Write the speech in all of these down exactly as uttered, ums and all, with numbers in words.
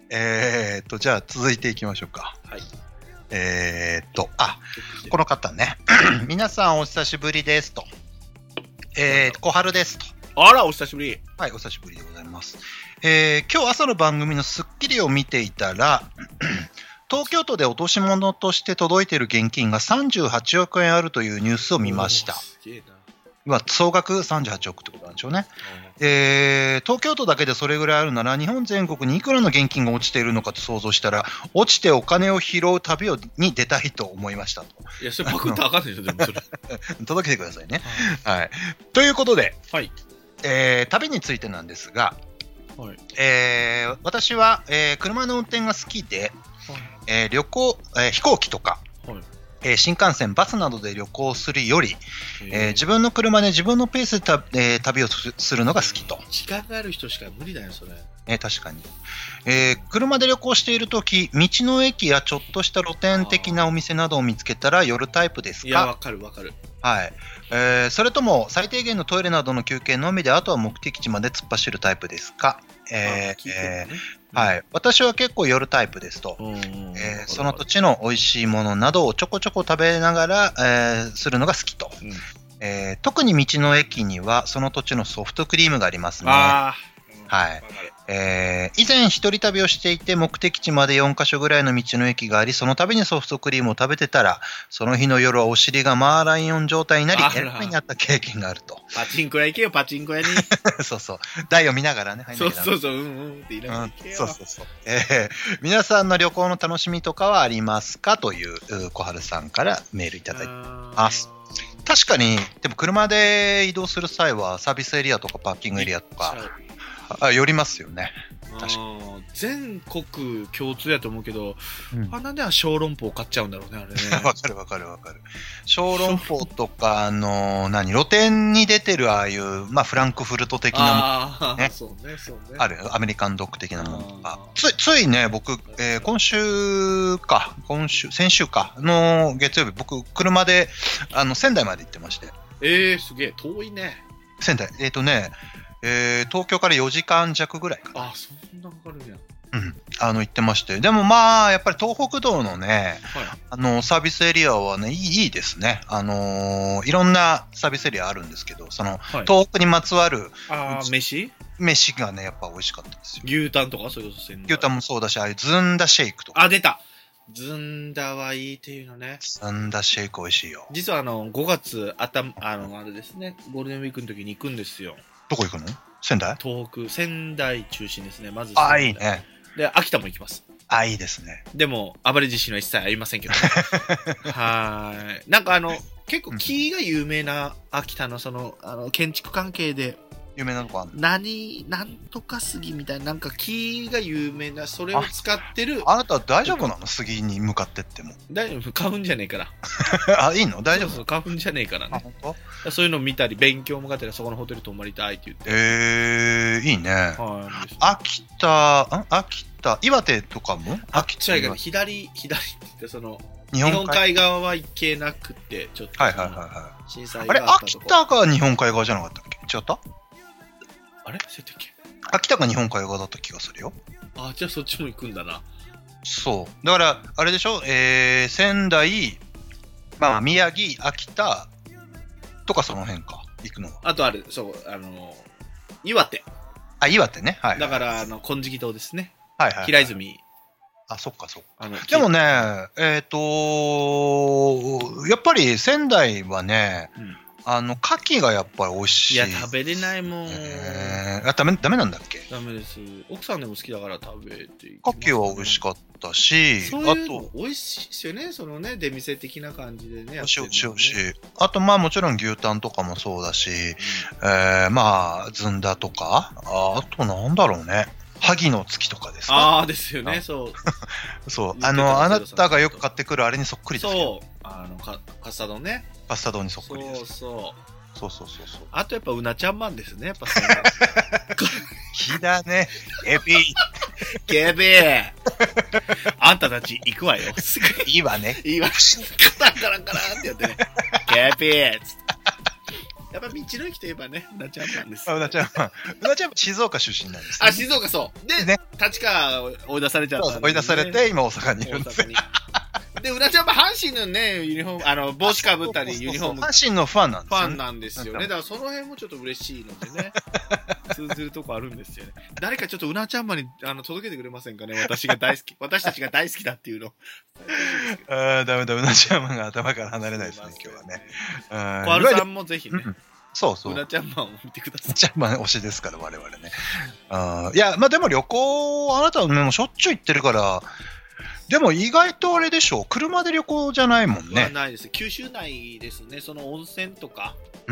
えーっと、じゃあ続いていきましょうか。 はい。 えーっと、あ、この方ね。皆さんお久しぶりですと。えー、小春ですと。 あら、お久しぶり。 はい、お久しぶりでございます。えー、今日朝の番組のスッキリを見ていたら、東京都で落とし物として届いている現金がさんじゅうはちおくえんあるというニュースを見ました。 すげえな。 まあ、総額さんじゅうはちおくってことなんでしょうね。えー、東京都だけでそれぐらいあるなら日本全国にいくらの現金が落ちているのかと想像したら落ちてお金を拾う旅をに出たいと思いましたと。 いや、それパクったらあかんでしょ、でもそれ。 届けてくださいね。はい。ということで、 はい。 えー、旅についてなんですが、 はい。 えー、私は、えー、車の運転が好きで、えー、旅行、えー、飛行機とか、 はい。 えー、新幹線、バスなどで旅行するより、えー、自分分の車で自分のペースでた、えー、旅をすするのが好きと。 時間がある人しか無理だよ、それ。 えー、確かに、えー。車で旅行しているとき、道の駅やちょっとした露店的なお店などを見つけたら寄るタイプですか？ いや、わかるわかる。 はい。えー、それとも最低限のトイレなどの休憩のみであとは目的地まで突っ走るタイプですか？えーえーはい、私は結構寄るタイプですと、えー、その土地の美味しいものなどをちょこちょこ食べながら、えー、するのが好きと、うんえー、特に道の駅にはその土地のソフトクリームがありますね。あはいえー、以前一人旅をしていて目的地までよんかしょぐらいの道の駅がありその度にソフトクリームを食べてたらその日の夜はお尻がマーライオン状態になりえらいになった経験があると。 パチンコ屋行けよパチンコ屋に。 そうそう台を見ながらねそうそうそううんうんって言いながら行けよ、 うん、そうそうそう、えー、皆さんの旅行の楽しみとかはありますかという小春さんからメールいただいてます。確かにでも車で移動する際はサービスエリアとかパーキングエリアとかあ寄りますよね。確かに全国共通やと思うけど、うん、あなんでは小籠包買っちゃうんだろうねあれね。 わかるわかるわかる。小籠包とかあのー、何露店に出てるああいうまあフランクフルト的なもの、ね、そうねそうねあるアメリカンドッグ的なものとかつついね僕、えー、今週か今週先週かの月曜日僕車であの仙台まで行ってまして。 えー、すげえ遠いね。 仙台えっ、ー、とねえー、東京からよじかんじゃくぐらいかな。 あ、そんなかかるんや。 うん、あの行ってまして、でもまあやっぱり東北道のね、はい、あのサービスエリアはねいい、いいですね。あのー、いろんなサービスエリアあるんですけど、その、はい、東北にまつわるあ飯飯がねやっぱ美味しかったですよ。 牛タンとかそういうこと。 牛タンもそうだし、ああいうずんだシェイクとか。 あ出た。ずんだはいいっていうのね。 ずんだシェイク美味しいよ。 実はあのごがつあたあのあれですねゴールデンウィークの時に行くんですよ。 どこ行くの？仙台？ 東北、仙台中心ですね。まずああいいね。 で秋田も行きます。 あいいですね。 でも暴れ自信は一切ありませんけど、ね、はいなんかあの結構木が有名な秋田のそのあの建築関係で有名なとこあるの？ 何なんとか杉みたいななんか木が有名なそれを使ってる。 あ, あなたは大丈夫なの？杉に向かってっても大丈夫。花粉じゃねえからあいいの？大丈夫。 そうそう花粉じゃねえからね。そういうの見たり勉強もがてらそこのホテル泊まりたいって言って。 えー、いいね。 はい、 秋田ん秋田岩手とかも秋田が左左って言ってその日本, 日本海側は行けなくてちょっとはいはいはいはい。 震災があったとこ。あれ秋田が日本海側じゃなかったっけ？違った？ あれそうやったっけ？ 秋田が日本海側だった気がするよ。 あ、じゃあそっちも行くんだな。 そう。だから、あれでしょ、えー、仙台、まあ、宮城、秋田とかその辺か、行くのは。 あとあれ、そう、あの、岩手。 あ、岩手ね。はい、はい。 だから、あの、金色島ですね。 はいはい、はい。 平泉。 あ、そっかそっか。あのでもね、えっ、ー、と、やっぱり仙台はね、うんあの、牡蠣がやっぱり美味しい。 いや、食べれないもん。 えー、あ、ダメ、ダメなんだっけ？ ダメです。奥さんでも好きだから食べてい、ね。 牡蠣は美味しかったし、 そういうの美味しいですよね。そのね、出店的な感じでね。 美味しい、美味しい、美味しい。あと、まあもちろん牛タンとかもそうだし、うん、えー、まあ、ずんだとか、あ, あとなんだろうね。萩の月とかですか？ ああ、ですよね、そう。 そう。あの、あなたがよく買ってくるあれにそっくりですよ。そう。あの、カ, カスタードね。 カスタードにそっくりです。 そうそう。 そうそうそうそう。 あとやっぱうなちゃんマンですね。やっぱそう。 気だね。ケビー。 ケビー。あんたたち行くわよ。 いいわね。 いいわ。カランカランカランってやってね。ケビーっつって。 やっぱ道の駅といえばね、うなちゃんマンです。 あ、うなちゃんマン。うなちゃんマン、静岡出身なんです、ね。 あ、静岡そう。で、ね、立川追い出されちゃったんで、ね。 追い出されて、今大阪にいるんです。 で、うなちゃんマン、阪神のね、ユニフォーム、あの、帽子かぶったり、ユニフォーム。 阪神のファンなんですよ、 ね。ファンなんですよね。だからその辺もちょっと嬉しいのでね。通ずるとこあるんですよね。誰かちょっとうなちゃんマンにあの届けてくれませんかね、私が大好き。私たちが大好きだっていうの。 ああ、ダメだ、うなちゃんマンが頭から離れないですね、今日はね。 小春さんもぜひね。 うん、そうそう。 うなちゃんマンを見てください。 うなちゃんマン推しですから、我々ね。あいや、まあでも旅行、あなたはもうしょっちゅう行ってるから、でも意外とあれでしょう、車で旅行じゃないもんね。 ないです。九州内ですね、その温泉とか。 うん。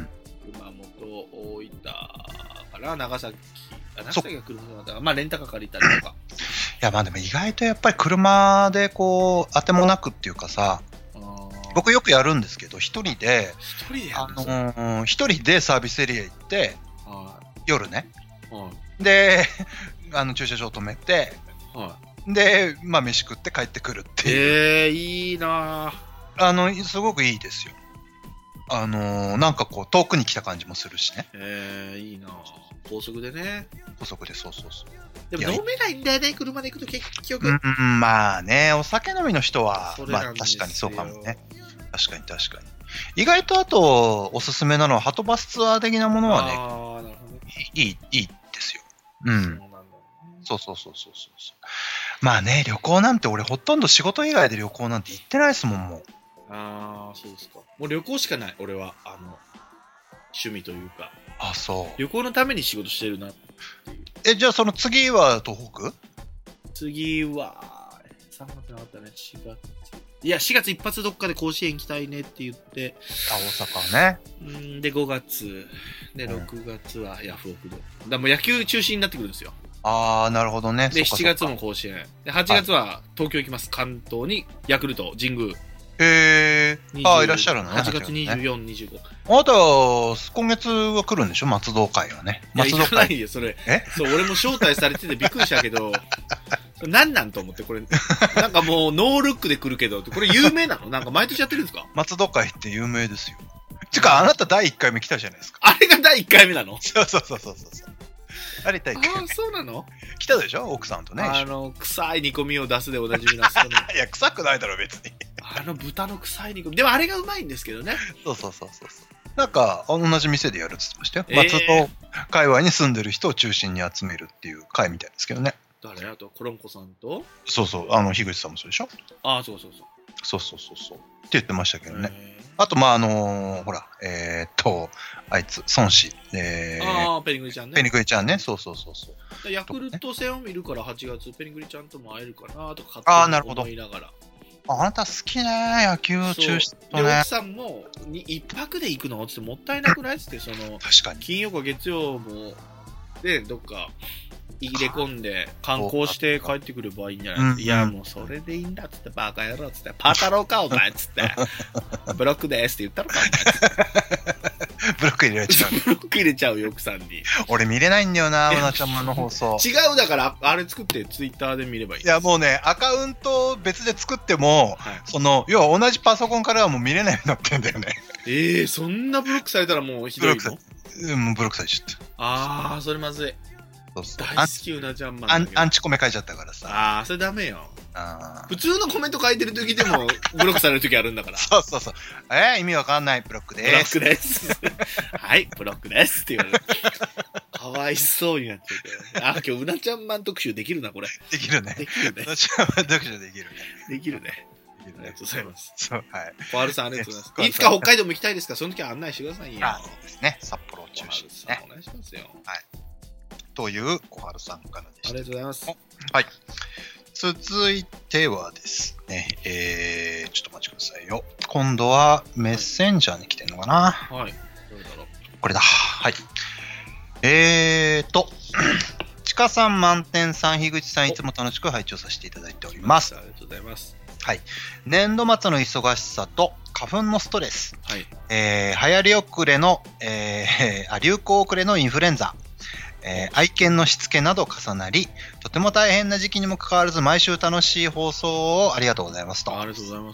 熊本、大分から、長崎、長崎が車だったら、まあレンタカー借りたりとか。 いや、まあでも意外とやっぱり車でこう、当てもなくっていうかさ、僕よくやるんですけど、一人で、 一人でやるんですか、あのー、一人でサービスエリア行って、 はい、 夜ね、 はい、 で、あの駐車場止めて、 はい、 で、まあ飯食って帰ってくるっていう。 えー、いいなあの、すごくいいですよ。あのー、なんかこう、遠くに来た感じもするしね。 えー、いいな高速でね。 高速で、そうそうそう。 でも飲めないんだよね、車で行くと結局。 うん、まあね、お酒飲みの人は、まあ確かにそうかもね。確かに確かに。意外とあと、おすすめなのは、ハトバスツアー的なものはね、 あー、なるほどね、 いい、いいですよ。うん。そうそうそうそうそう。まあね、旅行なんて俺ほとんど仕事以外で旅行なんて行ってないですもん、もう。 ああ、そうですか。もう旅行しかない、俺は。あの、趣味というか。 あ、そう。 旅行のために仕事してるなっていう。 え、じゃあその次は東北？ 次は、さんがつなかったね、しがつ。いや、しがつ一発どっかで甲子園行きたいねって言って。 あ、大阪ね。 うんで、ごがつ。で、ろくがつはヤフオクで。だからもう野球中心になってくるんですよ。 ああ、なるほでね。 で、しちがつも甲子園。で、はちがつは東京行きます。関東にヤクルト、神宮。 へえ。ああ、いらっしゃるのね。 はちがつにじゅうよっか、にじゅうご。 あなたは、今月は来るんでしょ、松戸会はね。 松戸会。いや、行かないよ、それ。えそう、俺も招待されててびっくりしたけど、何なんと思って、これ、なんかもうノールックで来るけど、これ有名なの？なんか毎年やってるんですか？ 松戸会って有名ですよ。てか、あなただいいっかいめ来たじゃないですか。 あれがだいいっかいめなの？ そうそうそうそうそう。あれだいいっかいめ。 ああ、そうなの？ 来たでしょ、奥さんとね。 あの、臭い煮込みを出すでおなじみなその。 いや、臭くないだろ、別に。 あの豚の臭い煮込み。でもあれがうまいんですけどね。 そうそうそうそう。なんか、同じ店でやるって言ってましたよ。えー、松戸界隈に住んでる人を中心に集めるっていう会みたいですけどね。 誰？あと、コロンコさんと？ そうそう、あの、樋口さんもそうでしょ？ ああ、そうそうそう。 そうそうそうそう。って言ってましたけどね。あと、まあ、あのー、ほら、えー、っと、あいつ、孫子。えー、 ああ、ペニグリちゃんね。 ペニグリちゃんね。そうそうそうそう。 ヤクルト戦を見るからはちがつ、ペニグリちゃんとも会えるかなとか、 ああ、なるほど。 思いながら。 あ、あなた好きね、野球中止とね。 で、奥さんも、に一泊で行くのってもったいなくないっつって、その、 確かに。 金曜か月曜も、で、どっか、入れ込んで観光して帰ってくればいいんじゃない、うんうん、いやもうそれでいいんだっつってバカ野郎っつってパタローかお前っつってブロックですって言ったのかブロック入れちゃうブロック入れちゃうよ奥さんに俺見れないんだよなうなちゃんの放送違うだからあれ作ってツイッターで見ればいいいやもうねアカウント別で作っても、はい、その要は同じパソコンからはもう見れないようになってんだよねえー、そんなブロックされたらもうひどいのブロックさ、うん、ブロックされちゃったあーそれまずいそうそう大好きうなちゃんマンアンアンチコメ書いちゃったからさああそれダメよあ普通のコメント書いてる時でもブロックされる時あるんだからそうそうそうえー、意味わかんないブロックですブロックですはいブロックですって言われるかわいそうになっちゃうけどあ今日うなちゃんマン特集できるなこれできるねできるねうなちゃんマン特集できるねできるねありがとうございます。 そう、はい。 小春さん、ありがとうございます。いつか北海道も行きたいですかその時は案内してくださいよ。 あ、そうですね。札幌を中心にね。 お願いしますよ。 はい。という小春さんからでした。 ありがとうございます。 はい。続いてはですね、えー、ちょっとお待ちくださいよ。今度はメッセンジャーに来てるのかなはい。どれだろう。 これだ。はい。えーと、ちかさん、満点さん、樋口さん、いつも楽しく拝聴させていただいております。 ありがとうございます。 はい。年度末の忙しさと花粉のストレス、 はい。 えー、流行り遅れの、えー、流行遅れのインフルエンザ、えー、愛犬のしつけなど重なり、とても大変な時期にもかかわらず毎週楽しい放送をありがとうございますと。 ありがとうございます。本当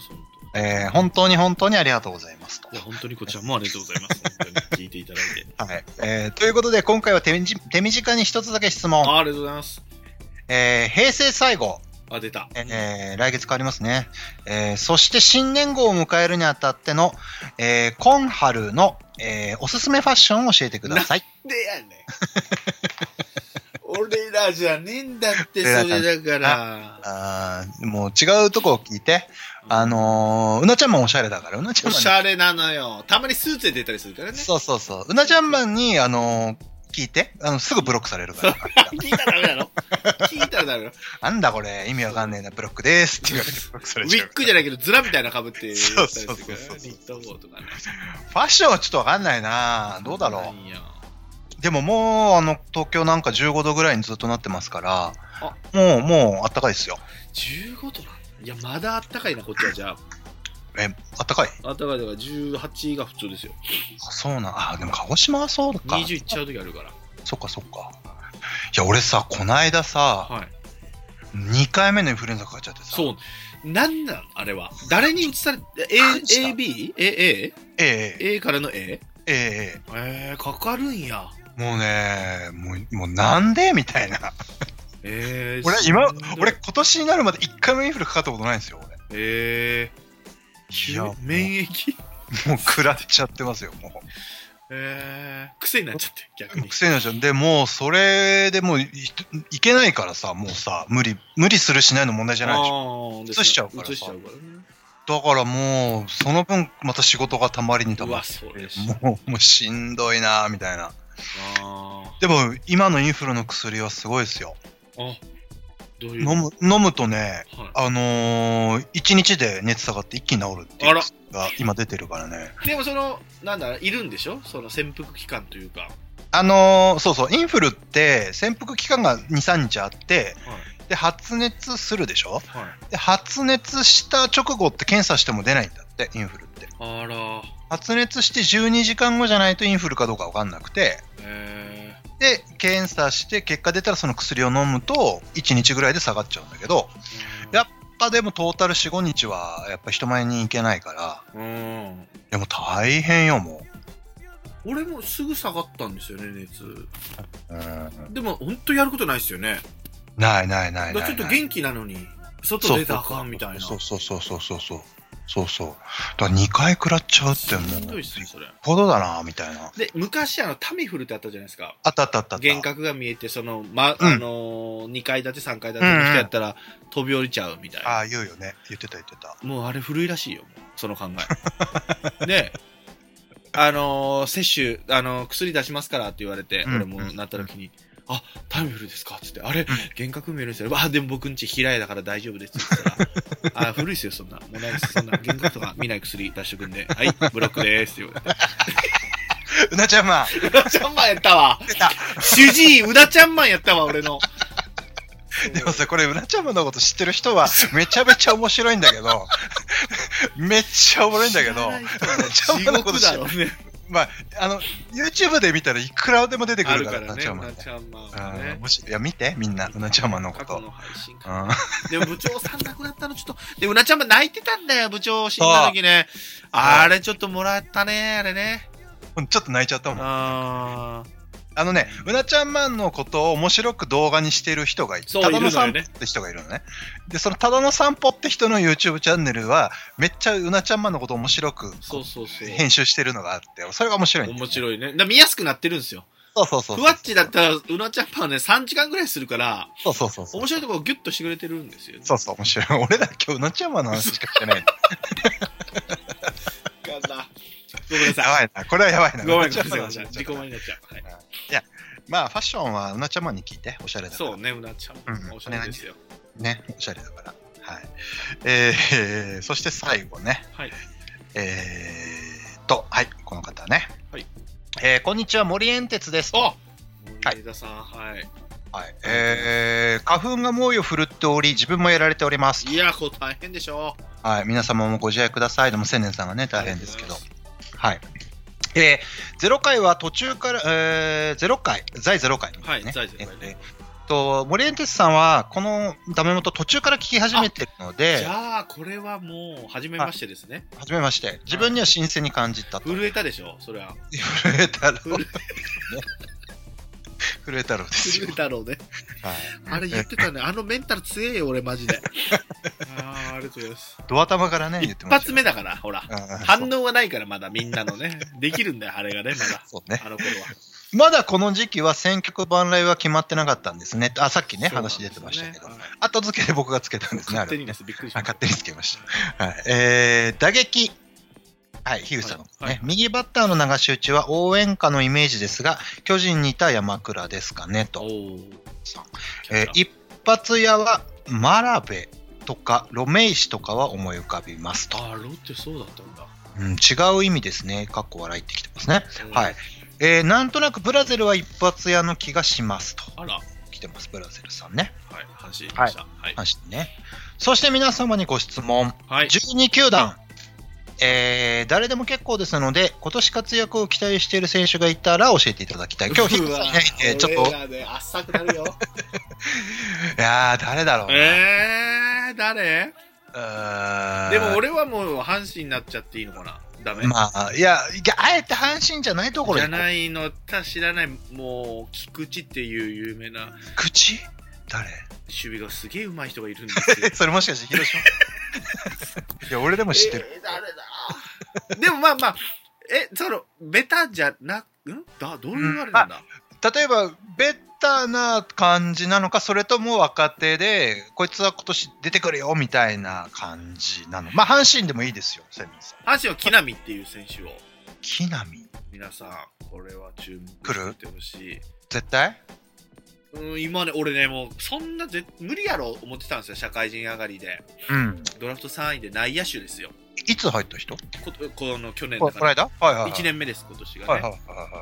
えー、本当に本当にありがとうございますと。 いや、本当にこちらもありがとうございます。本当に聞いていただいて。 はい。えー、ということで、今回は手短手短に一つだけ質問。 あ、ありがとうございます。 えー、平成最後。 あ、出た。 えー、来月変わりますね。えー、そして新年号を迎えるにあたっての、えー、今春の、えー、おすすめファッションを教えてください。 なんでやねん。俺らじゃねえんだって、それだから。 ああ、もう違うとこを聞いて。あのー、うなちゃんマンおしゃれだから、うなちゃんマン。 おしゃれなのよ。たまにスーツで出たりするからね。 そうそうそう。うなちゃんマンに、あのー、聞いて。あの、すぐブロックされるから。 聞いたらダメなの聞いたらダメなのなんだこれ、意味わかんねえな、ブロックでーすって言われてブロックされちゃう。 ウィッグじゃないけど、ズラみたいな被ってやったりするから。 そうそうそうそうニット帽とかね。 ファッションはちょっとわかんないな。どうだろう。でももう、あの、東京なんかじゅうごどぐらいにずっとなってますから、あもう、もう、あったかいですよ。 じゅうごどなんいや、まだあったかいな、こっちはじゃあ。 え、あったかいあったかいだからじゅうはちが普通ですよ。 あ、そうな。あ、でも鹿児島はそうか。 にじゅういっちゃう時あるから。 そっかそっか。いや、俺さ、こないださ、はい、にかいめのインフルエンザかかっちゃってさ。 そう。なんなんあれは。誰に移され、A、A、B? A、A? A、 A からの A? A、 えー、かかるんや。 もうね、もう、もうなんでみたいな。 えー、 俺今、俺今年になるまでいっかいもインフルかかったことないんですよ、俺。 えー。いや、免疫もう食らっちゃってますよ、もう。 えー、癖になっちゃって、逆に。 癖になっちゃって、でもう、それでもうい、いけないからさ、もうさ、無理、無理するしないの問題じゃないでしょ。移しちゃうからさ。移しちゃうからね。だからもう、その分、また仕事がたまりにたまって、もう、もうしんどいなみたいな。あでも、今のインフルの薬はすごいですよ。あどういう飲む飲むとね、はい、あのー、いちにちで熱下がって一気に治るっていうのが今出てるからね。 でもその、なんだ、いるんでしょその潜伏期間というか。 あのー、そうそう、インフルって潜伏期間がに、さんにちあって、はい、で、発熱するでしょ、はい、で、発熱した直後って検査しても出ないんだって、インフルって。あら。発熱してじゅうにじかんごじゃないとインフルかどうかわかんなくて、へーで、検査して結果出たらその薬を飲むといちにちぐらいで下がっちゃうんだけど、やっぱでもトータルよん、ごにちはやっぱ人前に行けないから、うん、でも大変よ、もう。俺もすぐ下がったんですよね、熱。うん、でも本当やることないですよね。 ないないないない。 ちょっと元気なのに、外出たらあかんみたいな。 そうそうそうそうそうそう。そうそう。だからにかい食らっちゃうってもう、しんどいっすね、それ。ほどだなみたいな。 で、昔あの、タミフルってあったじゃないですか。 あったあったあった。 幻覚が見えて、その、ま、うん、あのー、にかい建てさんかい建ての人やったら、飛び降りちゃうみたいな。 ああ、言うよね。言ってた言ってた。 もうあれ古いらしいよ、その考え。で、あのー、接種、あのー、薬出しますからって言われて、うん、俺もなった時に、うんあ、タミフルですかつって、あれ、幻覚見えるんですよ。あ、でも僕んち平屋だから大丈夫ですって言ったら、あ、古いっすよ、そんな。もうないです。そんな幻覚とか見ない薬出しとくんで、はい、ブロックでーすって言われて。 うなちゃんマン。 うなちゃんマンやったわ。出た。主治医、うなちゃんマンやったわ、俺の。 でもさ、これ、うなちゃんマンのこと知ってる人は、めちゃめちゃ面白いんだけど、めっちゃおもろいんだけど、うなちゃんマンのこと知ってる。まあ、あの、YouTube で見たらいくらでも出てくるから、うなちゃんマン。うなちゃんマンね。もし、いや、見て、みんな、うなちゃんマンのこと。過去の配信か。 でも部長さん亡くなったのちょっと、で、うなちゃんマン泣いてたんだよ、部長死んだ時ね。あれちょっともらったね、あれね。 ちょっと泣いちゃったもん。ああのね、うなちゃんマンのことを面白く動画にしてる人がいて、ただの散歩って人がいるのね。で、そのただの散歩って人の YouTube チャンネルは、めっちゃうなちゃんマンのことを面白く編集してるのがあって、それが面白い、 ね。面白いね。だ見やすくなってるんですよ。 そうそうそう。 ふわっちだったら、うなちゃんマンはね、さんじかんぐらいするから、 そうそうそうそう。 面白いところをギュッとしてくれてるんですよ、ね。 そうそう、面白い。俺ら今日うなちゃんマンの話しかしてない。 かな。ごめんなさい。 やばいな。これはやばいな。 ごめんなさい。自己満になっちゃう。はい。 いや、まあ、ファッションはうなちゃんマンに聞いて、おしゃれだから。 そうね、うなちゃんマン。おしゃれですよ。 ね、おしゃれだから。はい。えー、そして最後ね。はい。えーと、はい、この方ね。はい。えー、こんにちは、森エンテツです。 あ森枝さん、はい。 はい。えー、花粉が猛威を振るっており、自分もやられております。 いや、これ大変でしょう。はい。皆様もご自愛ください。でも、千年さんがね、大変ですけど。はい。えー、ゼロかいは途中から、えー、ゼロかい、在ゼロかい、ね。 はい、在ゼロかいね。 と、森エンテスさんは、このダメ元途中から聞き始めてるので、 じゃあ、これはもう、初めましてですね。 初めまして。自分には新鮮に感じたと。 震えたでしょ、それは。 震えたろう。震えたろうですよ。 震えたろうね。はい。あれ言ってたね。あのメンタル強えよ、俺マジで。ああ、ありがとうございます。 ドア玉からね、言ってました。 一発目だから、ほら。反応がないから、まだみんなのね。できるんだよ、あれがね、まだ。 そうね。 あの頃は。 まだこの時期は選曲番来は決まってなかったんですね。あ、さっきね、話出てましたけど。後付けで僕がつけたんですね、 勝手にです。びっくりしました。 勝手につけました。はい。えー、打撃。はい、樋口さんの、ねはいはい、右バッターの流し打ちは応援歌のイメージですが、巨人にいた山倉ですかねと。えー、一発屋はマラベとかロメイシとかは思い浮かびますと。 あ、ロってそうだったんだ。 うん、違う意味ですね。かっこ笑いってきてますね。はい。えー、なんとなくブラゼルは一発屋の気がしますと。 あら。 来てます、ブラゼルさんね。 はい、阪神でした。 はい。阪神ね。そして皆様にご質問。はい。じゅうに球団。えー、誰でも結構ですので、今年活躍を期待している選手がいたら教えていただきたい。今日、樋口さんいないんで、ちょっと。 ね、浅くなるよ。 いやー、誰だろうな。 えー、誰でも俺はもう阪神になっちゃっていいのかな。ダメ。 まあ、いや、いやあえて阪神じゃないところじゃないの、知らない、もう、菊池っていう有名な。 菊池誰守備がすげえ上手い人がいるんですよ。 それもしかして広島いや、俺でも知ってる。 えー、誰だでもまあまあ、え、その、ベタじゃなく、んだ、どういうあれなんだ、 うん、例えば、ベタな感じなのか、それとも若手で、こいつは今年出てくるよ、みたいな感じなの。まあ、阪神でもいいですよ、セミさん。 阪神は木浪っていう選手を。 木浪皆さん、これは注目してほしい。 絶対うん、今ね、俺ね、もう、そんなぜ無理やろ思ってたんですよ、社会人上がりで。 うん。 ドラフトさんいで内野手ですよ。 いつ入った人こ、 この去年だから。この間はいはい、はい。 いちねんめです、今年がね。 はいはいはいはい。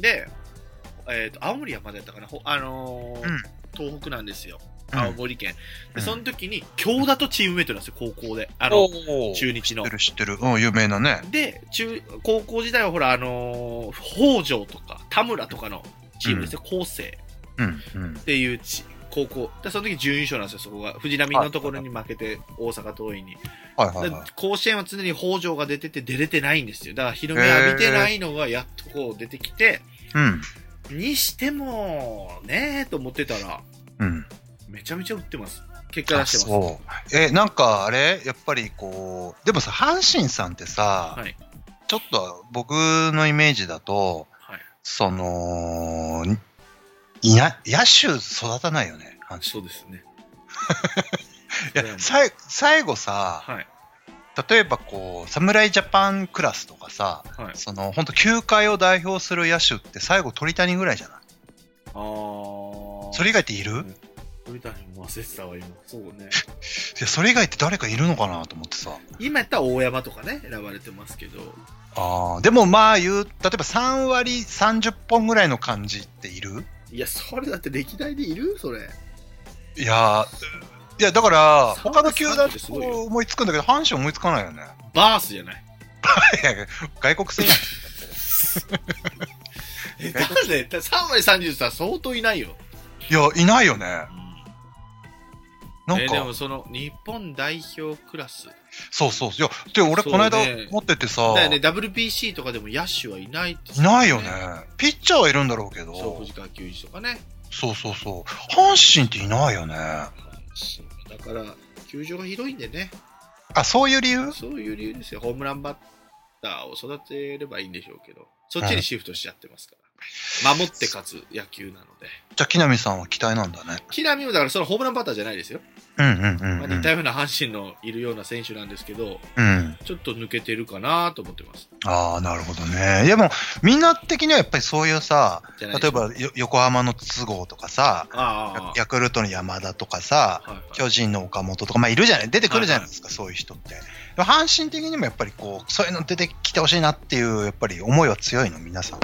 で、えっ、ー、と、青森はまだやったかな、あのーうん、東北なんですよ。青森県。うん、で、その時に、京田とチームメイトなんですよ、高校で。あの、中日の。 知ってる知ってる。うん、有名なね。 で、中、高校時代はほら、あのー、北条とか、田村とかのチームですよ、高生。 うんうん、 っていうち高校で、その時準優勝なんですよ、そこが藤波のところに負けて大阪桐蔭に、はいはいはい、甲子園は常に北条が出てて出れてないんですよ。だから日の目浴びてないのがやっとこう出てきて、うん、にしてもねーと思ってたら、うん、めちゃめちゃ打ってます。結果出してます。 そうえなんかあれやっぱりこうでもさ、阪神さんってさ、はい、ちょっと僕のイメージだと、はい、そのいや、野手育たないよね。 そうですね。 いや、さい最後さ、はい、例えばこう、侍ジャパンクラスとかさ、はい、その、ほんと球界を代表する野手って最後鳥谷ぐらいじゃない？あー。それ以外っている？うん、 鳥谷も忘れてたわ、今。そうね。 いや、それ以外って誰かいるのかなと思ってさ。 今やったら大山とかね、選ばれてますけど。 あー、でもまあ言う、例えばさんわりさんじゅっぽんぐらいの感じっている？ いや、それだって歴代でいる？それ。 いやいや、だから、他の球団って思いつくんだけど、阪神思いつかないよね。 バースじゃない。 外国戦やん。 え、だってさんわりさんじゅうさ、相当いないよ。 いや、いないよね。 うん、なんか、えー、でもその、日本代表クラス。 そうそう。いや、で、俺この間持っててさ。 だよね、ダブリュービーシー とかでも野手はいないって、 ね。いないよね。ピッチャーはいるんだろうけど。 そう、藤川球児とかね。 そうそうそう。阪神っていないよね。 だから、球場が広いんでね。 あ、そういう理由？ そういう理由ですよ。ホームランバッターを育てればいいんでしょうけど、そっちにシフトしちゃってますから。うん、守って勝つ野球なので。 じゃあ、木浪さんは期待なんだね。 木浪もだから、そのホームランバッターじゃないですよ。 うんうんうん、うん。 まあ、似たような阪神のいるような選手なんですけど、うん、ちょっと抜けてるかなと思ってます。 ああ、なるほどね。でも、みんな的にはやっぱりそういうさ、例えば横浜の筒香とかさ、ヤクルトの山田とかさ、はいはい、巨人の岡本とか、まあいるじゃない、出てくるじゃないですか、はいはい、そういう人って。阪神的にもやっぱりこう、そういうの出てきてほしいなっていう、やっぱり思いは強いの、皆さん。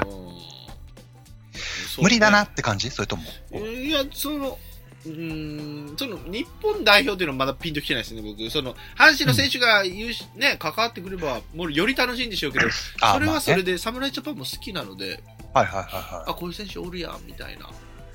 無理だなって感じ？それとも。 いや、その、うーん、その日本代表っていうのはまだピンときてないですね、僕。その阪神の選手が言うし、うん、ね、関わってくれば、もうより楽しいんでしょうけど、それはそれで、侍ジャパンも好きなので、 はいはいはいはい。 あ、こういう選手おるやんみたいな。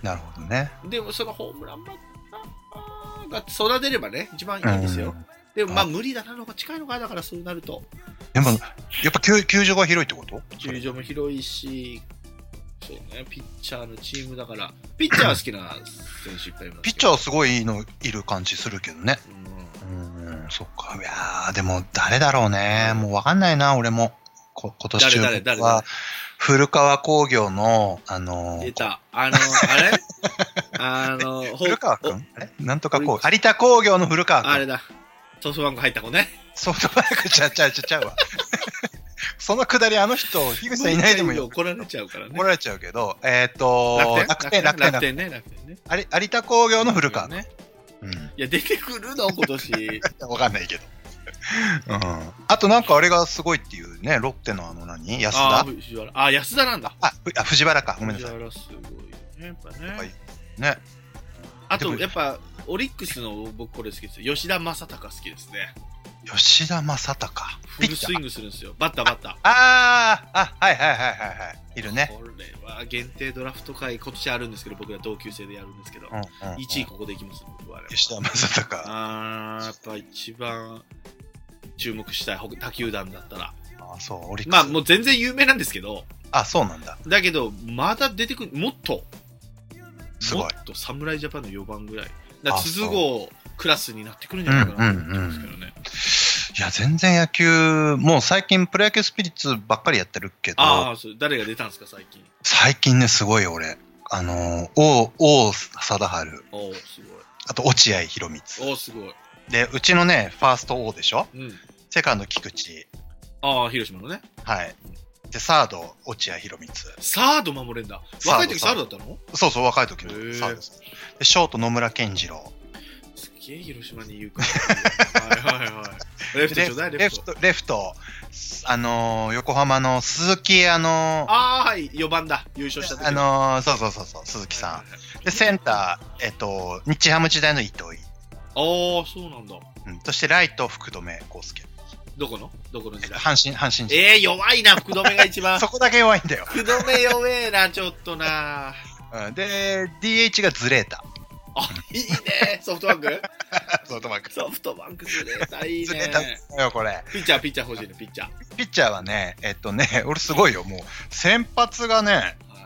なるほどね。 でもそのホームランバッターが育てればね、一番いいんですよ。でもまあ無理だなのが近いのかだからそうなると。 でもやっぱ球球場が広いってこと？ 球場も広いし、そうね、ピッチャーのチームだから、ピッチャーは好きな選手いっぱいいます。 ピッチャーはすごいいいのいる感じするけどね。うん、うん、そっか。いやーでも誰だろうね。もうわかんないな俺も。こ今年中誰誰誰は古川工業のあのー、 出たあのあれあの古川くんあれなんとか工業有田工業の古川くんあれだソフトバンク入った子ね。 ソフトバンクちゃうちゃうちゃうちゃうわ。そのくだりあの人樋口さんいないでもよ怒られちゃうからね。 怒られちゃうけどえっ、ー、と楽天楽天楽天ね楽天ね有田工業の古川ね。 うん、いや出てくるの今年。 わかんないけど。うん、あとなんかあれがすごいっていうね、ロッテのあの何安田あ藤原あ安田なんだ。 ああ藤原かごめんなさい。 藤原すごいねやっぱね。 ね。 あとやっぱオリックスの僕これ好きです。吉田正尚好きですね。 吉田正尚フルスイングするんですよ。バッターバッター。 あーあはいはいはいはいはいいるね。 これは限定ドラフト会今年あるんですけど僕ら同級生でやるんですけど、うんうんうん、いちいここでいきます僕は。 吉田正尚。 あーやっぱ一番注目したい他球団だったら。 あそうオリックス。 まあもう全然有名なんですけど。 あそうなんだ。 だけどまだ出てくるもっとすごい。 もっと侍ジャパンのよばんぐらい。だ筒香クラスになってくるんじゃないかなと思ってますけどね。うんうんうん、いや全然野球もう最近プロ野球スピリッツばっかりやってるけど。 ああそう誰が出たんですか最近。 最近ねすごい俺あの王王貞治。 おすごい。 あと落合博満。 おすごい。 でうちのねファースト王でしょ。 うん。 セカンド菊池。 ああ広島のね。 はい。でサード落合博満。 サード守れんだ。若い時サードだったの？ そうそう若い時のサードです。でショート野村健次郎。 すげえ広島に言うから。はいはいはい。レフトちょうだいレフト。 レフトあのー、横浜の鈴木あのー、 ああはいよばんだ優勝した時。 あのー、そうそうそうそう鈴木さん。はいはいはい、でセンターえっと日ハム時代の糸井。 ああそうなんだ。 うん。そしてライト福留孝介。 どこのどこの時代？ 阪神阪神時代。えー、弱いな福留が一番。 そこだけ弱いんだよ。 福留弱えなちょっとな。 うん、で ディーエイチ がズレータ。 あいいねソフトバンク。 ソフトバンク。 ソフトバンクズレータいいね。 ズレータよこれ。 ピッチャーピッチャー欲しいねピッチャー。 ピッチャーはねえっとね俺すごいよもう先発がね、はい、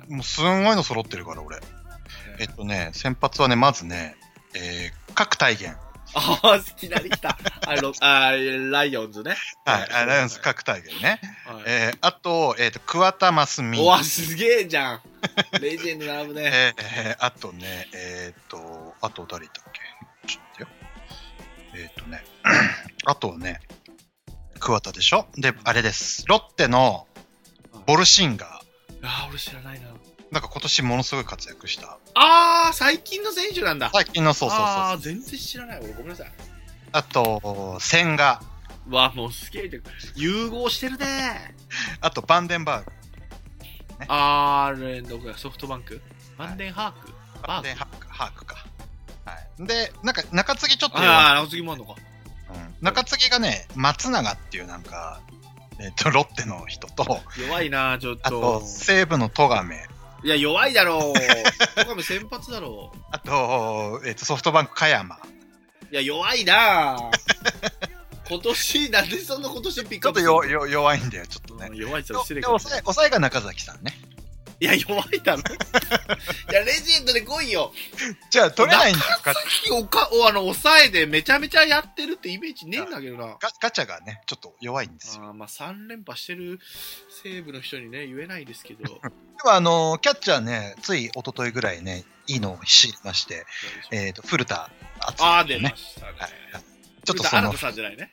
もうすんごいの揃ってるから俺。はい、えっとね先発はねまずね、えー、各体現。 ああ、いきなり来た。あの、あライオンズね。 はい、ライオンズ各体現ね。はい、えー、あと、えっ、ー、と、桑田真澄。 うわ、すげえじゃん。レジェンド並ぶね。 えー、えー、あとね、えっ、ー、と、あと誰いたっけちょっとよ。えっ、ー、とね、あとね、桑田でしょで、あれです。ロッテのボルシンガー。 ああ、俺知らないな。 なんか今年ものすごい活躍した。 ああ、最近の選手なんだ。 最近のそうそうそうそう。 ああ、全然知らない。俺ごめんなさい。 あと、千賀。 わ、もうすげえ。融合してるね。 あと、バンデンバーグ。 ね、あー、れ、どこや、ソフトバンクバンデンハーク、 はい、バンデンハーク、ハークか。はい。で、なんか、中継ぎちょっと。 ああ、中継ぎもあるのか。 うん。中継ぎがね、松永っていうなんか、えっと、ロッテの人と。 弱いな、ちょっと。 あと、西武の戸亀。 いや、弱いだろう。戸上先発だろう。 あと、えっ、ー、と、ソフトバンク、加山。 いや、弱いな今年、なんでそんな今年ピックアップちょっとよよ弱いんだよ、ちょっとね。 弱いっちゃ失礼かもしれない。 抑えが中崎さんね。 いや、弱いだろ。いや、レジェンドで来いよ。 じゃあ、取れないんだよ。 中崎おか、お、あの、抑えでめちゃめちゃやってるってイメージねえんだけどな。 ガガチャがね、ちょっと弱いんですよ。 あまあ、さん連覇してる西武の人にね、言えないですけど。でも、あの、キャッチャーね、つい一昨日ぐらいね、いいのを知りまして、えっ、ー、と、古田敦也、ね。 ああ、出ましたね。はい、 ちょっとその。 古田新太さんじゃないね。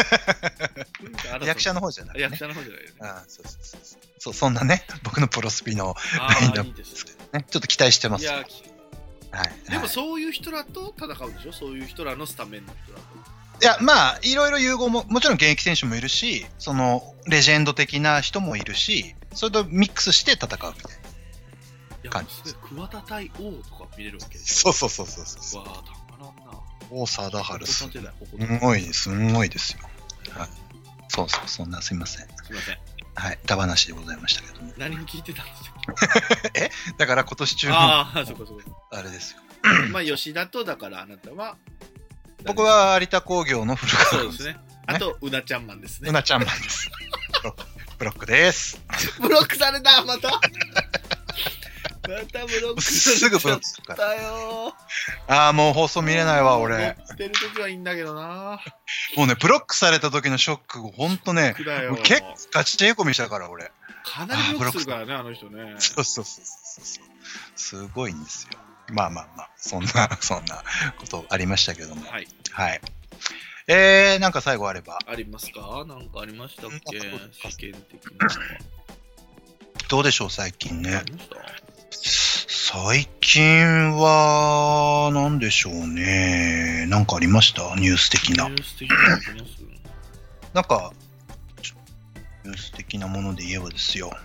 役者の方じゃない、ね。 役者の方じゃないね。 あそうそうそうそう。そう、そんなね、僕のプロスピのラインナップですね。ちょっと期待してます。 いや、 はい。 でもそういう人らと戦うでしょ、そういう人らのスタメンの人らと。 いや、まあ、いろいろ融合も、もちろん現役選手もいるし、その、レジェンド的な人もいるし、それとミックスして戦うみたいな感じです。 桑田対王とか見れるわけです。そうそうそうそうそう。 わあ、たまらんな。 王貞治す。すごい、すごいですよ。はい。そうそう、そんな、すいません。 すいません。 はい、ダ話でございましたけども。 何を聞いてたんですか？ えだから今年中のああ、そこそこ。 あれですよ。 まあ吉田とだからあなたは僕は有田工業の古川、 そうですね。あとうなちゃんマンですね。 うなちゃんマンです。ブロックです。 ブロックされたまた。またブロックされすぐブロックするから。 よああもう放送見れないわ俺。 乗ってる時はいいんだけどな。 もうねブロックされた時のショックほんとね結構ガチでエコミしたから俺。 かなりブロックするからねあの人ね。 そうそうそうそうそう。すごいんですよ。まあまあまあそんなそんなことありましたけども。 はいはい。えー、なんか最後あれば。 ありますか？なんかありましたっけ？世間的な。 どうでしょう最近ね。 ありました？ 最近は、なんでしょうね。なんかありましたニュース的な。 ニュース的なのあります？ なんか、ニュース的なもので言えばですよ。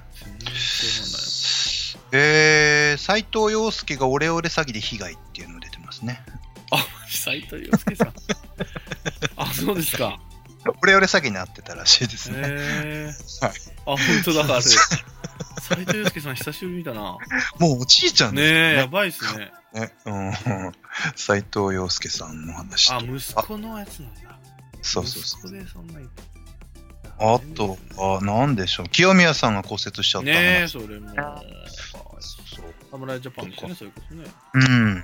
えー、斉藤洋介がオレオレ詐欺で被害っていうの出てますね。 あ、斉藤洋介さん。あ、そうですか。 オレオレ詐欺になってたらしいですね。 へー。 はい。 あ、本当だからあれ。斉藤洋介さん久しぶり見たな。 もうおじいちゃんですよね。 ねえ、やばいっすね。 ね、うん。斉藤洋介さんの話。 あ、息子のやつなんだ。 そうそうそう。 息子でそんなあと、あ、なんでしょう。清宮さんが骨折しちゃった話。 ねえ、それも。 そう。 侍ジャパンですね、そういうことね。 うん。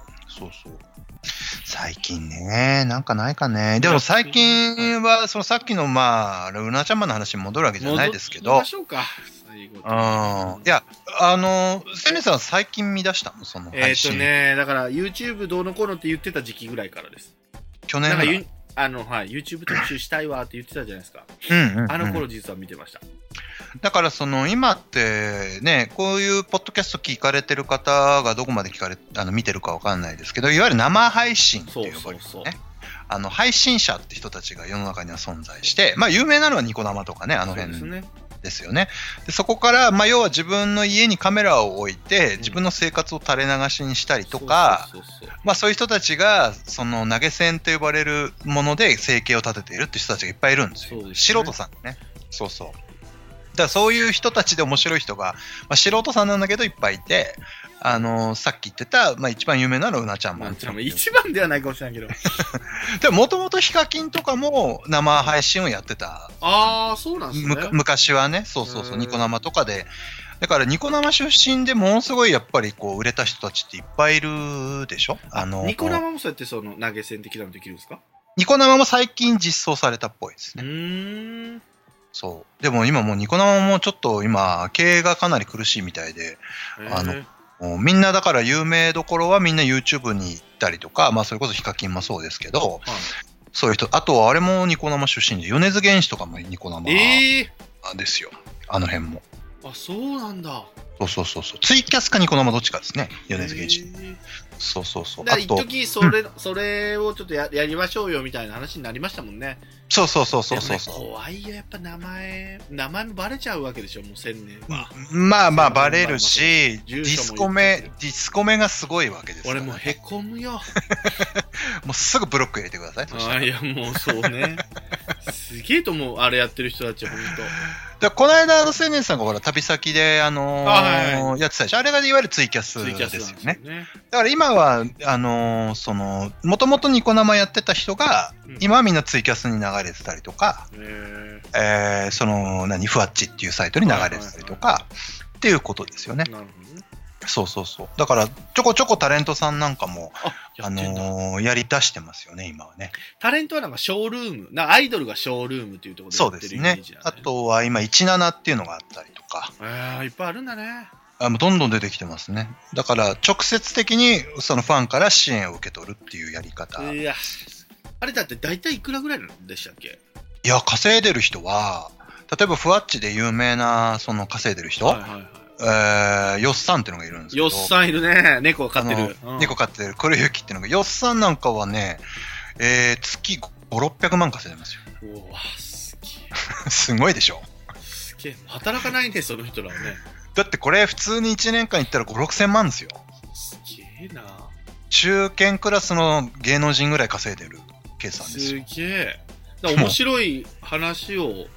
そうそう。最近ね、なんかないかね。でも最近は、そのさっきの、まあ、うなちゃんマンの話に戻るわけじゃないですけど。 戻りましょうか、最後。 うん。いや、あの、セネさん最近見出したのその配信。 えっとね、だから YouTube どうのこうのって言ってた時期ぐらいからです。 去年ぐらい。 あの、はい、YouTube 特集したいわって言ってたじゃないですか。 うんうん、うん。 あの頃実は見てました。 だからその今ってね、こういうポッドキャスト聞かれてる方がどこまで聞かれあの見てるかわかんないですけど、いわゆる生配信って呼ばれるね。そうそうそう、あの配信者って人たちが世の中には存在して、まあ有名なのはニコ生とかね、あの辺ですよね。でそこからまあ要は自分の家にカメラを置いて自分の生活を垂れ流しにしたりとか、まあそういう人たちがその投げ銭と呼ばれるもので生計を立てているって人たちがいっぱいいるんですよ。すね、素人さんね。そうそう。だからそういう人たちで面白い人が、まあ、素人さんなんだけどいっぱいいて、あのー、さっき言ってた、まあ、一番有名なのはうなちゃんマン。 一番ではないかもしれないけど。 でももともとヒカキンとかも生配信をやってた。 ああ、そうなんですね。 昔はね、そうそうそう、ニコ生とかで。だからニコ生出身でものすごいやっぱりこう売れた人たちっていっぱいいるでしょ。あのー、 ニコ生もそうやってその投げ銭的なのできるんですか？ ニコ生も最近実装されたっぽいですね。 うーん。 そう。でも今もうニコ生もちょっと今、経営がかなり苦しいみたいで、あの、もうみんなだから有名どころはみんな YouTube に行ったりとか、まあそれこそヒカキンもそうですけど、はい、そういう人、あとはあれもニコ生出身で、米津玄師とかもニコ生ですよ。えー、あの辺も。 あ、そうなんだ。 そうそうそうそう。ツイキャスかニコ生どっちかですね、米津玄師。そうそうそう。 だから一時それ、うん、それをちょっと や, やりましょうよみたいな話になりましたもんね。 そうそうそうそうそう、ね。 怖いよ、やっぱ名前、名前もバレちゃうわけでしょ、もう千年は。 まあまあバレるし、ディスコメ、ディスコメがすごいわけですから、ね。 俺もうへこむよ。 もうすぐブロック入れてください。 あいやもうそうね。すげえと思う、あれやってる人たちは本当。 だこの間の青年さんがほら旅先であのーはいはい、やってたでしょ。あれがいわゆるツイキャスですよね。ねだから今はあのー、そのもともとニコ生やってた人が、うん、今はみんなツイキャスに流れてたりとか、えー、その何フワッチっていうサイトに流れてたりとか、はいはいはい、っていうことですよね。なるほどね。そうそうそう。だからちょこちょこタレントさんなんかもあ、あのー、やり出してますよね今はね。 タレントはなんかショールーム、なんかアイドルがショールームっていうところでやってるイメージなん、ね、そうですね。あとは今じゅうななっていうのがあったりとか。 えー、いっぱいあるんだね。 あもうどんどん出てきてますね。だから直接的にそのファンから支援を受け取るっていうやり方。 いや、あれだって大体いくらぐらいなんでしたっけ？ いや稼いでる人は例えばふわっちで有名なその稼いでる人。はいはいはい。えー、よっさんっていうのがいるんですけど。 よっさんいるね。猫飼ってる。 うん、猫飼ってる。黒雪っていうのが、よっさんなんかはね、えー、月ご、ろっぴゃくまん稼いでますよ。 うわ、すげえ。すごいでしょ。 すげえ。働かないね、その人らはね。 だってこれ普通にいちねんかんいったらご、ろくせんまんですよ。 すげえな。 中堅クラスの芸能人ぐらい稼いでる計算ですよ。 すげえ。面白い話を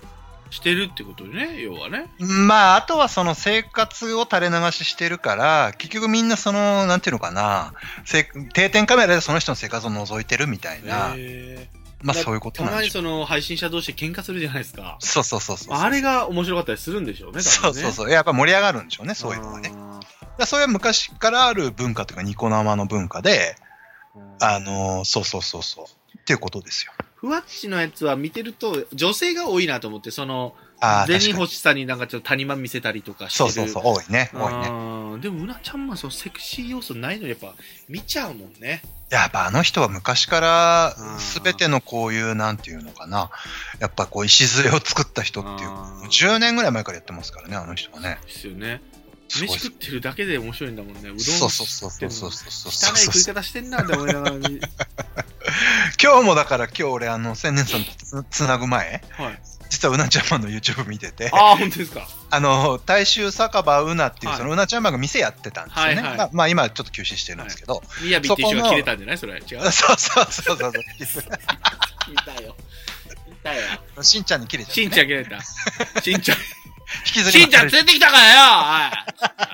してるってことね、要はね。 まあ、あとはその生活を垂れ流ししてるから、結局みんなその、なんていうのかな、定点カメラでその人の生活を覗いてるみたいな。まあそういうことなんでしょう。 たまにその配信者同士で喧嘩するじゃないですか。 そうそうそうそう。 あれが面白かったりするんでしょうね、多分ね。 そうそうそう。やっぱ盛り上がるんでしょうね、そういうのはね。だそれは昔からある文化というか、ニコ生の文化で、あのー、そうそうそうそう。っていうことですよ。 ふわっちのやつは見てると、女性が多いなと思って、その、銭欲しさになんかちょっと谷間見せたりとかしてる。 そうそうそう、多いね、多いね。 でも、うなちゃんはそのセクシー要素ないのにやっぱ見ちゃうもんね。 やっぱあの人は昔から全てのこういうなんていうのかな、やっぱこう礎を作った人っていう、じゅうねんぐらい前からやってますからね、あの人はね。 ですよね。飯食ってるだけで面白いんだもんね。うどんそうそうそうそうそうそう汚い食い方してんなって思いながらに。 今日もだから今日俺あの千年さんとつなぐ前、 はい、 実はうなちゃんマンの YouTube 見てて、 ああ本当ですか。 あの大衆酒場うなっていう、はい、そのうなちゃんマンが店やってたんですよね。はいはい、まあ、まあ今ちょっと休止してるんですけど、 みやびっていう人が切れたんじゃないそれ違う。 そうそうそうそうそう。 見たよ。見たよ。 しんちゃんに切れちゃった、 ね。しんちゃん切れた。しんちゃん。 引きずりしんちゃん連れてきたからよ。はい。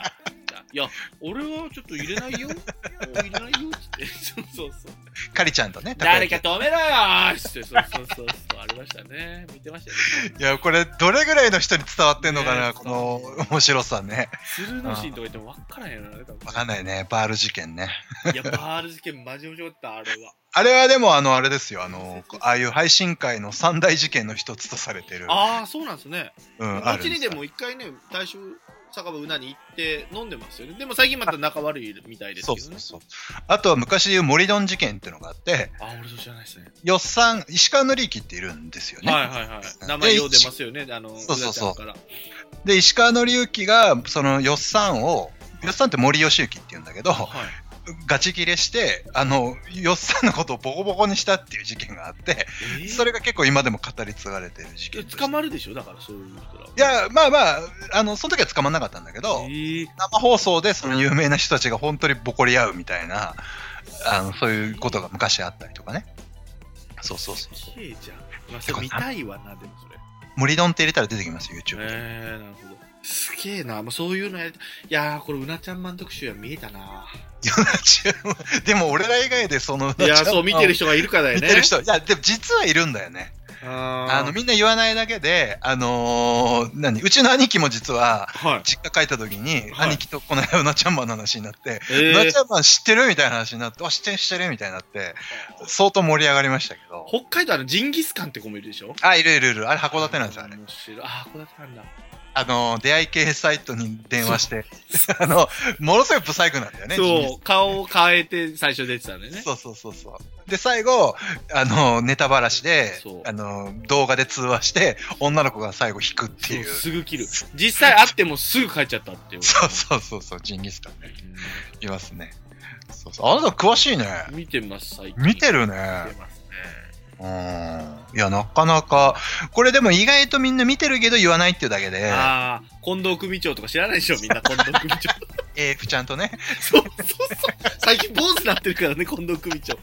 いや、俺はちょっと入れないよ。入れないよって。そうそうそう。 カリちゃんとね。 誰か止めろよーって。そうそうそうそう。ありましたね。見てましたね。 いや、これ、どれぐらいの人に伝わってんのかな、ね、この面白さね。 鶴のシーンとか言っても分からんよな、ね。 分かんないね。バール事件ね。 いや、バール事件マジ面白かった、あれは。 あれはでも、あの、あれですよ。あの、ああいう配信会の三大事件の一つとされてる。 ああ、そうなんですね。 うん。 うちにでも一回ね、大衆酒場うなに行って飲んでますよね。でも最近また仲悪いみたいですけどね。そうそうそう。 あとは昔でいう森丼事件っていうのがあって、 あ、俺そう知らないですね。 よっさん、石川紀之っているんですよね。 はいはいはい。名前よう出ますよね。あの、 そうそうそう。で、石川紀之が、そのよっさんを、よっさんって森義行って言うんだけど、はい、ガチ切れして、あの、よっさんのことをボコボコにしたっていう事件があって、えー、それが結構今でも語り継がれてる事件。 捕まるでしょだからそういう人ら。 いや、まあまあ、あの、その時は捕まんなかったんだけど、えー、生放送でその有名な人たちが本当にボコり合うみたいな、あの、そういうことが昔あったりとかね。そうそうそう。 すげえじゃん。まあ、それ見たいわな、でもそれ。 森丼って入れたら出てきますよ、YouTube で。 えー、なるほど。すげえな。もうそういうのやりたい。いやー、これ、うなちゃんマン特集は見えたな。 うなちゃん、でも俺ら以外でそのうなちゃんマン。 いや、そう、見てる人がいるからだよね。 見てる人。いや、でも実はいるんだよね。あのみんな言わないだけで、あのー、何うちの兄貴も実は、はい、実家帰った時に、はい、兄貴とこの間うなちゃんマンの話になって、えー、うなちゃんマン知ってるみたいな話になって、あ、知ってる知ってるみたいになって、相当盛り上がりましたけど。 北海道あのジンギスカンって子もいるでしょ。 あ、いるいるいる。あれ函館なんですよ、あれ。 面白い。あ、函館なんだ。 あの、出会い系サイトに電話して、あの、ものすごいブサイクなんだよね。 そう、顔を変えて最初出てたんだよね。 そうそうそうそう。で、最後、あの、ネタばらしで、あの、動画で通話して、女の子が最後引くっていう。 そうすぐ切る。実際会ってもすぐ帰っちゃったっていう。 そうそうそうそう、ジンギスカンね。いますね。そうそう。あなた詳しいね。 見てます、最近。 見てるね。 見てますね。 うん。いや、なかなか、これでも意外とみんな見てるけど言わないっていうだけで。 ああ、近藤組長とか知らないでしょ、みんな、近藤組長。 えー、ふちゃんとね。 そうそうそう。最近坊主になってるからね、近藤組長。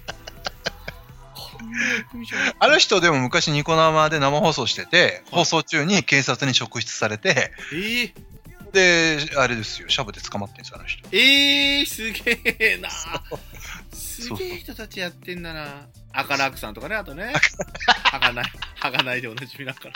あの人でも昔ニコ生で生放送してて、放送中に警察に職質されて、 えー、 で、あれですよ、シャブで捕まってんですよ、あの人。 えー、すげえな。すげえ人たちやってんだな。赤ラークさんとかね、あとね。はがない、はがないでおなじみだから。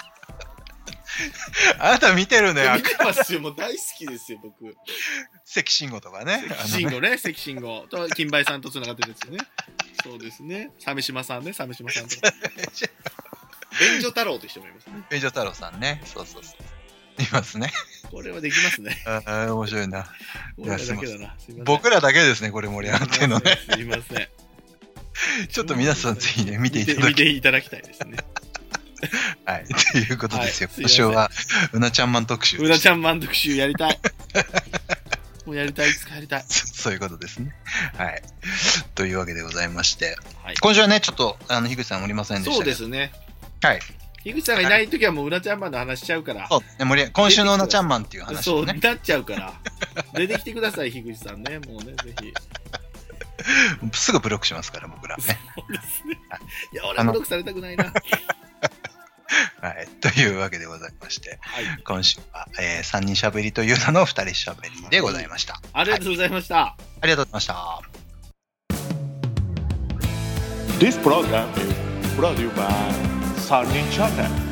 あなた見てるね。 見てますよ、もう大好きですよ、僕。 関慎吾とかね。 関慎吾ね、関慎吾と金梅さんとつながってるんですよね。そうですね。鮫島さんね、鮫島さんとか。便所太郎という人もいますね。 便所太郎さんね。そうそうそう。いますね。 これはできますね。 ああ、面白いな。 俺らだけだな。 僕らだけですね、これ盛り上がってるのね。 すいません。 ちょっと皆さんぜひね、見ていただき見ていただきたいですね。 はい、ということですよ。今週はうなちゃんマン特集。 うなちゃんマン特集やりたい。もうやりたい、いつかやりたい。 そういうことですね。はい。というわけでございまして、はい、今週はね、ちょっとあの樋口さんおりませんでした。 そうですね。 はい。 樋口さんがいないときはもううなちゃんマンの話しちゃうから。 そうね、盛り今週のうなちゃんマンっていう話をね。そうなっちゃうから。出てきてください、樋口さんね。もうね、ぜひ。 すぐブロックしますから、僕らね。 そうですね。いや、俺はブロックされたくないな。 はい。というわけでございまして、 はい、 今週は、えー、さんにんしゃべりという名のふたりしゃべりでございました。 ありがとうございました。はい、 ありがとうございました。 This program is brought to you by さんにんチャンネル